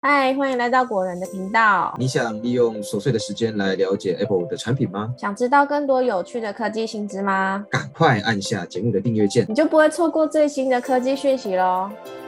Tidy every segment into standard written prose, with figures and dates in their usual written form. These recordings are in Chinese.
嗨，欢迎来到果仁的频道。 你想利用琐碎的时间来了解 Apple 的产品吗？ 想知道更多有趣的科技新知吗？ 赶快按下节目的订阅键。 你就不会错过最新的科技讯息咯。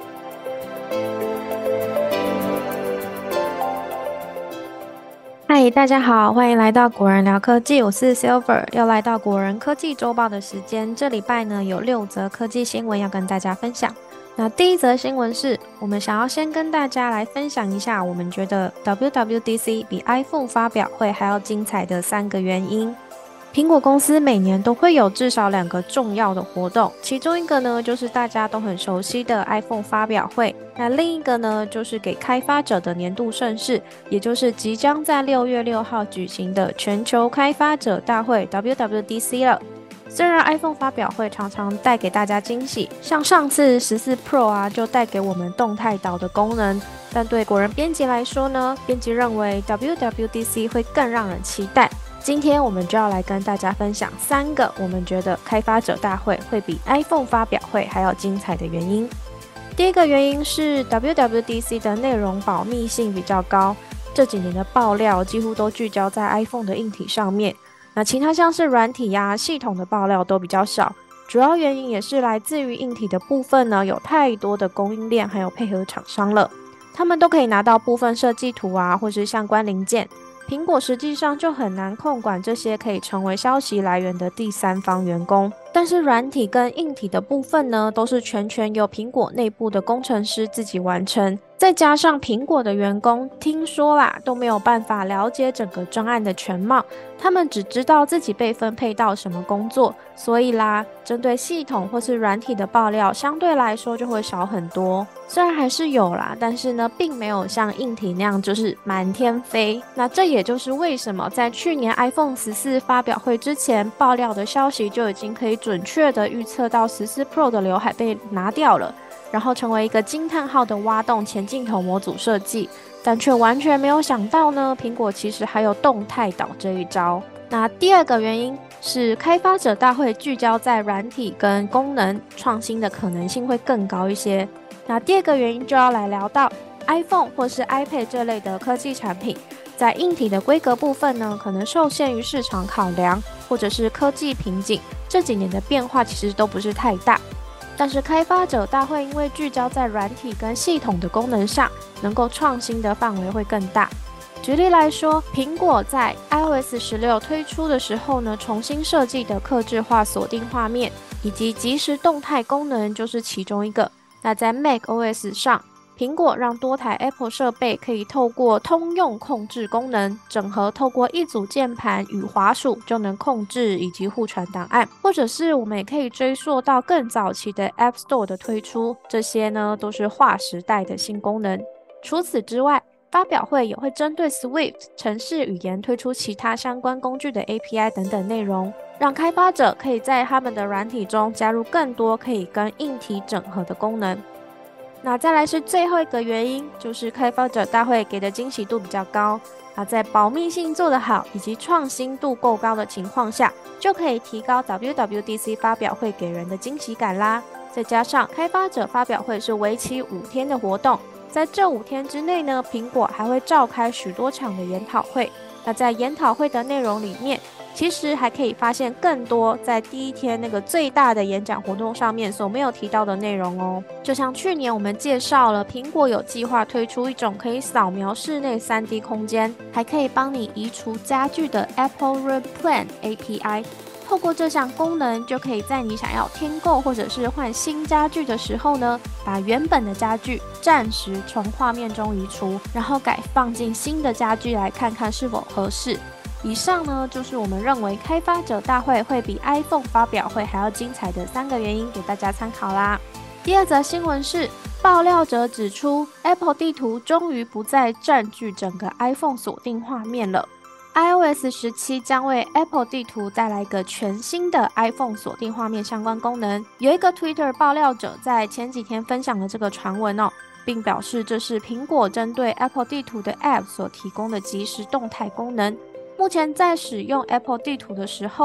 嗨，大家好，欢迎来到果仁聊科技，我是 Silver，要来到果仁科技周报的时间。这礼拜呢有6则科技新闻要跟大家分享。那第一则新闻是我们想要先跟大家来分享一下，我们觉得 WWDC 比 iPhone 发表会还要精彩的3个原因。苹果公司每年都会有至少2个重要的活动，其中一个呢就是大家都很熟悉的 iPhone 发表会，那另一个呢就是给开发者的年度盛事，也就是即将在6月6号举行的全球开发者大会 WWDC 了。虽然 iPhone 发表会常常带给大家惊喜，像上次14 Pro 就带给我们动态岛的功能，但对果仁编辑来说呢，编辑认为 WWDC 会更让人期待。今天我们就要来跟大家分享3个我们觉得开发者大会会比 iPhone 发表会还要精彩的原因。第一个原因是 WWDC 的内容保密性比较高，这几年的爆料几乎都聚焦在 iPhone 的硬体上面，那其他像是软体系统的爆料都比较少，主要原因也是来自于硬体的部分呢，有太多的供应链还有配合厂商了，他们都可以拿到部分设计图或是相关零件。苹果实际上就很难控管这些可以成为消息来源的第三方员工，但是软体跟硬体的部分呢，都是全权由苹果内部的工程师自己完成，再加上苹果的员工听说都没有办法了解整个专案的全貌，他们只知道自己被分配到什么工作，所以针对系统或是软体的爆料相对来说就会少很多。虽然还是有但是呢，并没有像硬体那样就是满天飞。那这也就是为什么在去年 iPhone 14发表会之前，爆料的消息就已经可以准确的预测到14 Pro 的刘海被拿掉了，然后成为一个惊叹号的挖洞前镜头模组设计，但却完全没有想到呢，苹果其实还有动态岛这一招。那第二个原因是开发者大会聚焦在软体跟功能创新的可能性会更高一些。那第二个原因就要来聊到 iPhone 或是 iPad 这类的科技产品，在硬体的规格部分呢，可能受限于市场考量或者是科技瓶颈，这几年的变化其实都不是太大。但是开发者大会因为聚焦在软体跟系统的功能上，能够创新的范围会更大。举例来说，苹果在 iOS 16推出的时候呢，重新设计的客制化锁定画面以及即时动态功能就是其中一个。那在 macOS 上，苹果让多台 Apple 设备可以透过通用控制功能，整合透过一组键盘与滑鼠就能控制以及互传档案，或者是我们也可以追溯到更早期的 App Store 的推出，这些呢都是划时代的新功能。除此之外，发表会也会针对 Swift 程式语言推出其他相关工具的 API 等等内容，让开发者可以在他们的软体中加入更多可以跟硬体整合的功能。那再来是最后一个原因，就是开发者大会给的惊喜度比较高，在保密性做得好以及创新度够高的情况下，就可以提高 WWDC 发表会给人的惊喜感啦。再加上开发者发表会是为期5天的活动，在这5天之内呢，苹果还会召开许多场的研讨会。那在研讨会的内容里面，其实还可以发现更多在第一天那个最大的演讲活动上面所没有提到的内容哦。就像去年我们介绍了，苹果有计划推出一种可以扫描室内 3D 空间，还可以帮你移除家具的 Apple Room Plan API。透过这项功能，就可以在你想要添购或者是换新家具的时候呢，把原本的家具暂时从画面中移除，然后改放进新的家具来看看是否合适。以上呢，就是我们认为开发者大会会比 iPhone 发表会还要精彩的3个原因，给大家参考啦。第二则新闻是，爆料者指出 Apple 地图终于不再占据整个 iPhone 锁定画面了。iOS 17将为 Apple 地图带来一个全新的 iPhone 锁定画面相关功能。有一个 Twitter 爆料者在前几天分享了这个传闻并表示这是苹果针对 Apple 地图的 App 所提供的即时动态功能。目前在使用 Apple 地图的时候，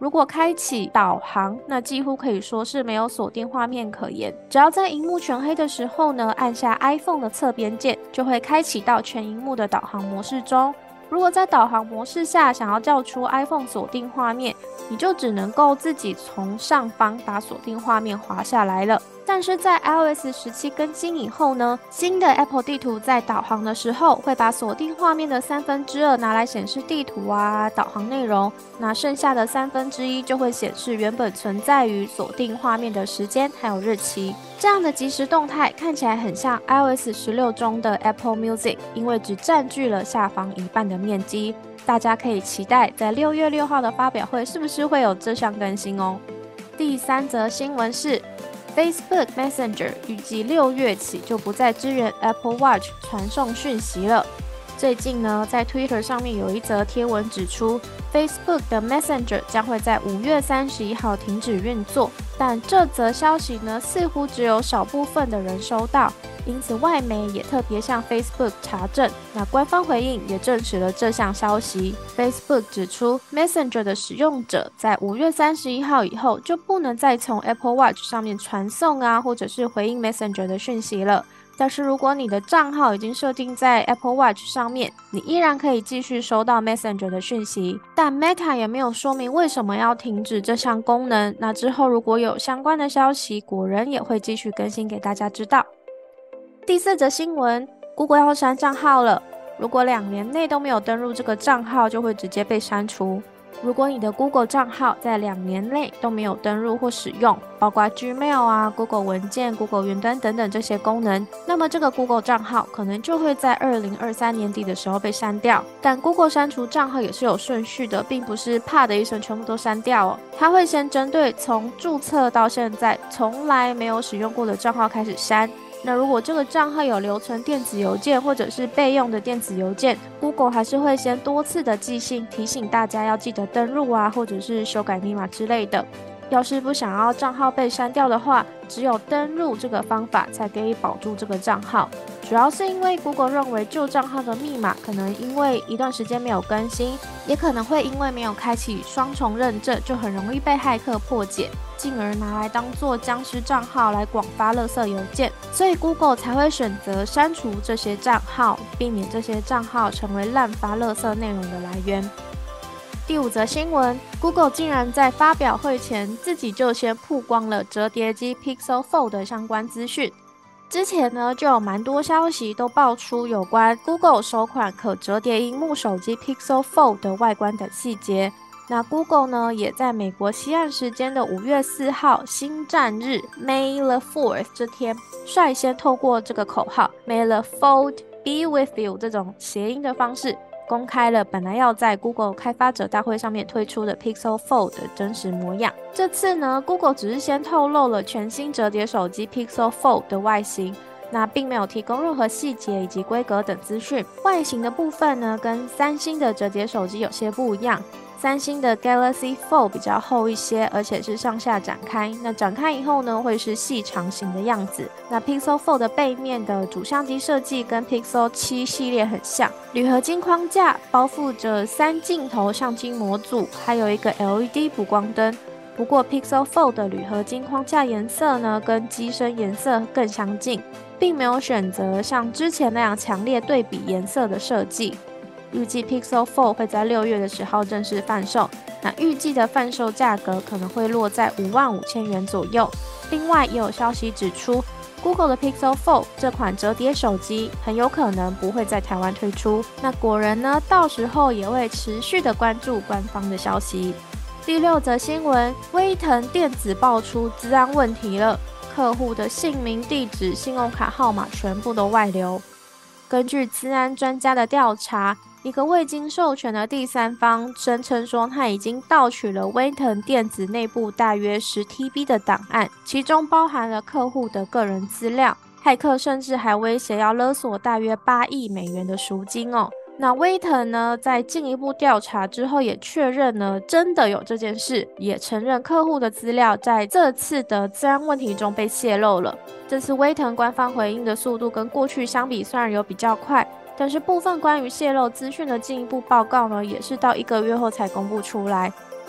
如果开启导航，那几乎可以说是没有锁定画面可言。只要在荧幕全黑的时候呢，按下 iPhone 的侧边键，就会开启到全荧幕的导航模式中。如果在导航模式下想要叫出 iPhone 锁定画面，你就只能够自己从上方把锁定画面滑下来了。但是在 iOS 17更新以后呢，新的 Apple 地图在导航的时候会把锁定画面的2/3拿来显示地图啊、导航内容，那剩下的1/3就会显示原本存在于锁定画面的时间还有日期。这样的即时动态看起来很像 iOS 16中的 Apple Music， 因为只占据了下方一半的面积。大家可以期待在6月6号的发表会是不是会有这项更新哦。第3则新闻是Facebook Messenger 预计6月起就不再支援 Apple Watch 传送讯息了。最近呢，在 Twitter 上面有一则贴文指出 Facebook 的 Messenger 将会在5月31号停止运作，但这则消息呢，似乎只有少部分的人收到，因此外媒也特别向 Facebook 查证，那官方回应也证实了这项消息。Facebook 指出 Messenger 的使用者在5月31号以后就不能再从 Apple Watch 上面传送啊，或者是回应 Messenger 的讯息了。但是如果你的账号已经设定在 Apple Watch 上面，你依然可以继续收到 Messenger 的讯息。但 Meta 也没有说明为什么要停止这项功能。那之后如果有相关的消息，果仁也会继续更新给大家知道。第4则新闻 ，Google 要删账号了。如果2年内都没有登入这个账号，就会直接被删除。如果你的 Google 账号在2年内都没有登入或使用，包括 Gmail 啊、Google 文件、Google 云端等等这些功能，那么这个 Google 账号可能就会在2023年底的时候被删掉。但 Google 删除账号也是有顺序的，并不是啪的一声全部都删掉哦。它会先针对从注册到现在从来没有使用过的账号开始删。那如果这个账号有留存电子邮件或者是备用的电子邮件， Google 还是会先多次的寄信提醒大家要记得登入啊，或者是修改密码之类的。要是不想要账号被删掉的话，只有登入这个方法才可以保住这个账号。主要是因为 Google 认为旧账号的密码可能因为一段时间没有更新，也可能会因为没有开启双重认证，就很容易被骇客破解，进而拿来当作僵尸账号来广发垃圾邮件，所以 Google 才会选择删除这些账号，避免这些账号成为滥发垃圾内容的来源。第5则新闻 ，Google 竟然在发表会前自己就先曝光了折叠机 Pixel Fold 的相关资讯。之前呢，就有蛮多消息都爆出有关 Google 首款可折叠萤幕手机 Pixel Fold 的外观等细节。那 Google 呢，也在美国西岸时间的5月4号星战日 May the 4th 这天，率先透过这个口号 May the Fold be with you 这种谐音的方式，公开了本来要在 Google 开发者大会上面推出的 Pixel Fold 的真实模样。这次呢 ，Google 只是先透露了全新折叠手机 Pixel Fold 的外形，那并没有提供任何细节以及规格等资讯。外形的部分呢，跟三星的折叠手机有些不一样。三星的 Galaxy Fold 比较厚一些，而且是上下展开。那展开以后呢，会是细长型的样子。那 Pixel Fold 的背面的主相机设计跟 Pixel 7系列很像，铝合金框架包覆着3镜头相机模组，还有一个 LED 补光灯。不过 Pixel Fold 的铝合金框架颜色呢，跟机身颜色更相近，并没有选择像之前那样强烈对比颜色的设计。预计 Pixel Fold 会在6月的时候正式贩售，那预计的贩售价格可能会落在55000元左右。另外也有消息指出 ，Google 的 Pixel Fold 这款折叠手机很有可能不会在台湾推出。那果仁呢，到时候也会持续的关注官方的消息。第6则新闻，威腾电子爆出资安问题了，客户的姓名、地址、信用卡号码全部都外流。根据资安专家的调查，一个未经授权的第三方声称说，他已经盗取了威腾电子内部大约10TB 的档案，其中包含了客户的个人资料。骇客甚至还威胁要勒索大约8亿美元的赎金哦。那威腾呢，在进一步调查之后，也确认了真的有这件事，也承认客户的资料在这次的资安问题中被泄露了。这次威腾官方回应的速度跟过去相比，虽然有比较快，但是部分关于泄露资讯的进一步报告呢，也是到1个月后才公布出来。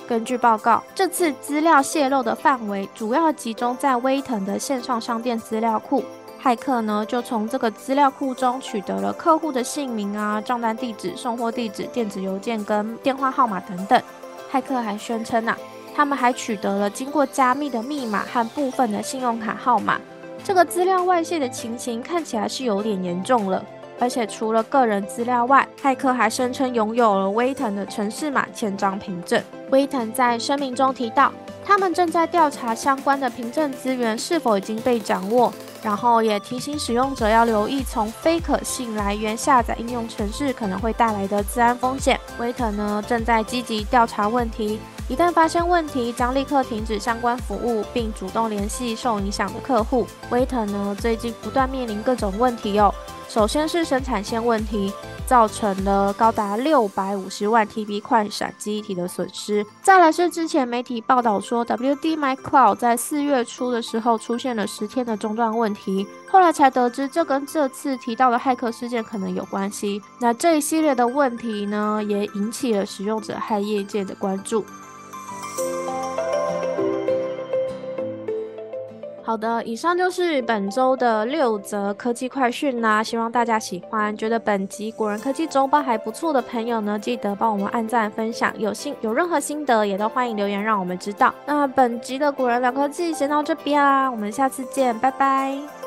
根据报告，这次资料泄露的范围主要集中在威腾的线上商店资料库。骇客呢，就从这个资料库中取得了客户的姓名啊、账单地址、送货地址、电子邮件跟电话号码等等。骇客还宣称他们还取得了经过加密的密码和部分的信用卡号码。这个资料外泄的情形看起来是有点严重了。而且除了个人资料外，骇客还声称拥有了威腾的程式码签章凭证。威腾在声明中提到，他们正在调查相关的凭证资源是否已经被掌握，然后也提醒使用者要留意从非可信来源下载应用程式可能会带来的资安风险。威腾呢正在积极调查问题，一旦发现问题，将立刻停止相关服务，并主动联系受影响的客户。威腾呢最近不断面临各种问题首先是生产线问题，造成了高达650万 TB 快闪记忆体的损失。再来是之前媒体报道说 WD My Cloud 在4月初的时候出现了10天的中断问题，后来才得知这跟这次提到的骇客事件可能有关系。那这一系列的问题呢，也引起了使用者和业界的关注。好的，以上就是本周的6则科技快讯啦，希望大家喜欢。觉得本集果仁科技周报还不错的朋友呢，记得帮我们按赞分享，有任何心得也都欢迎留言让我们知道。那本集的果仁聊科技先到这边啦，我们下次见，拜拜。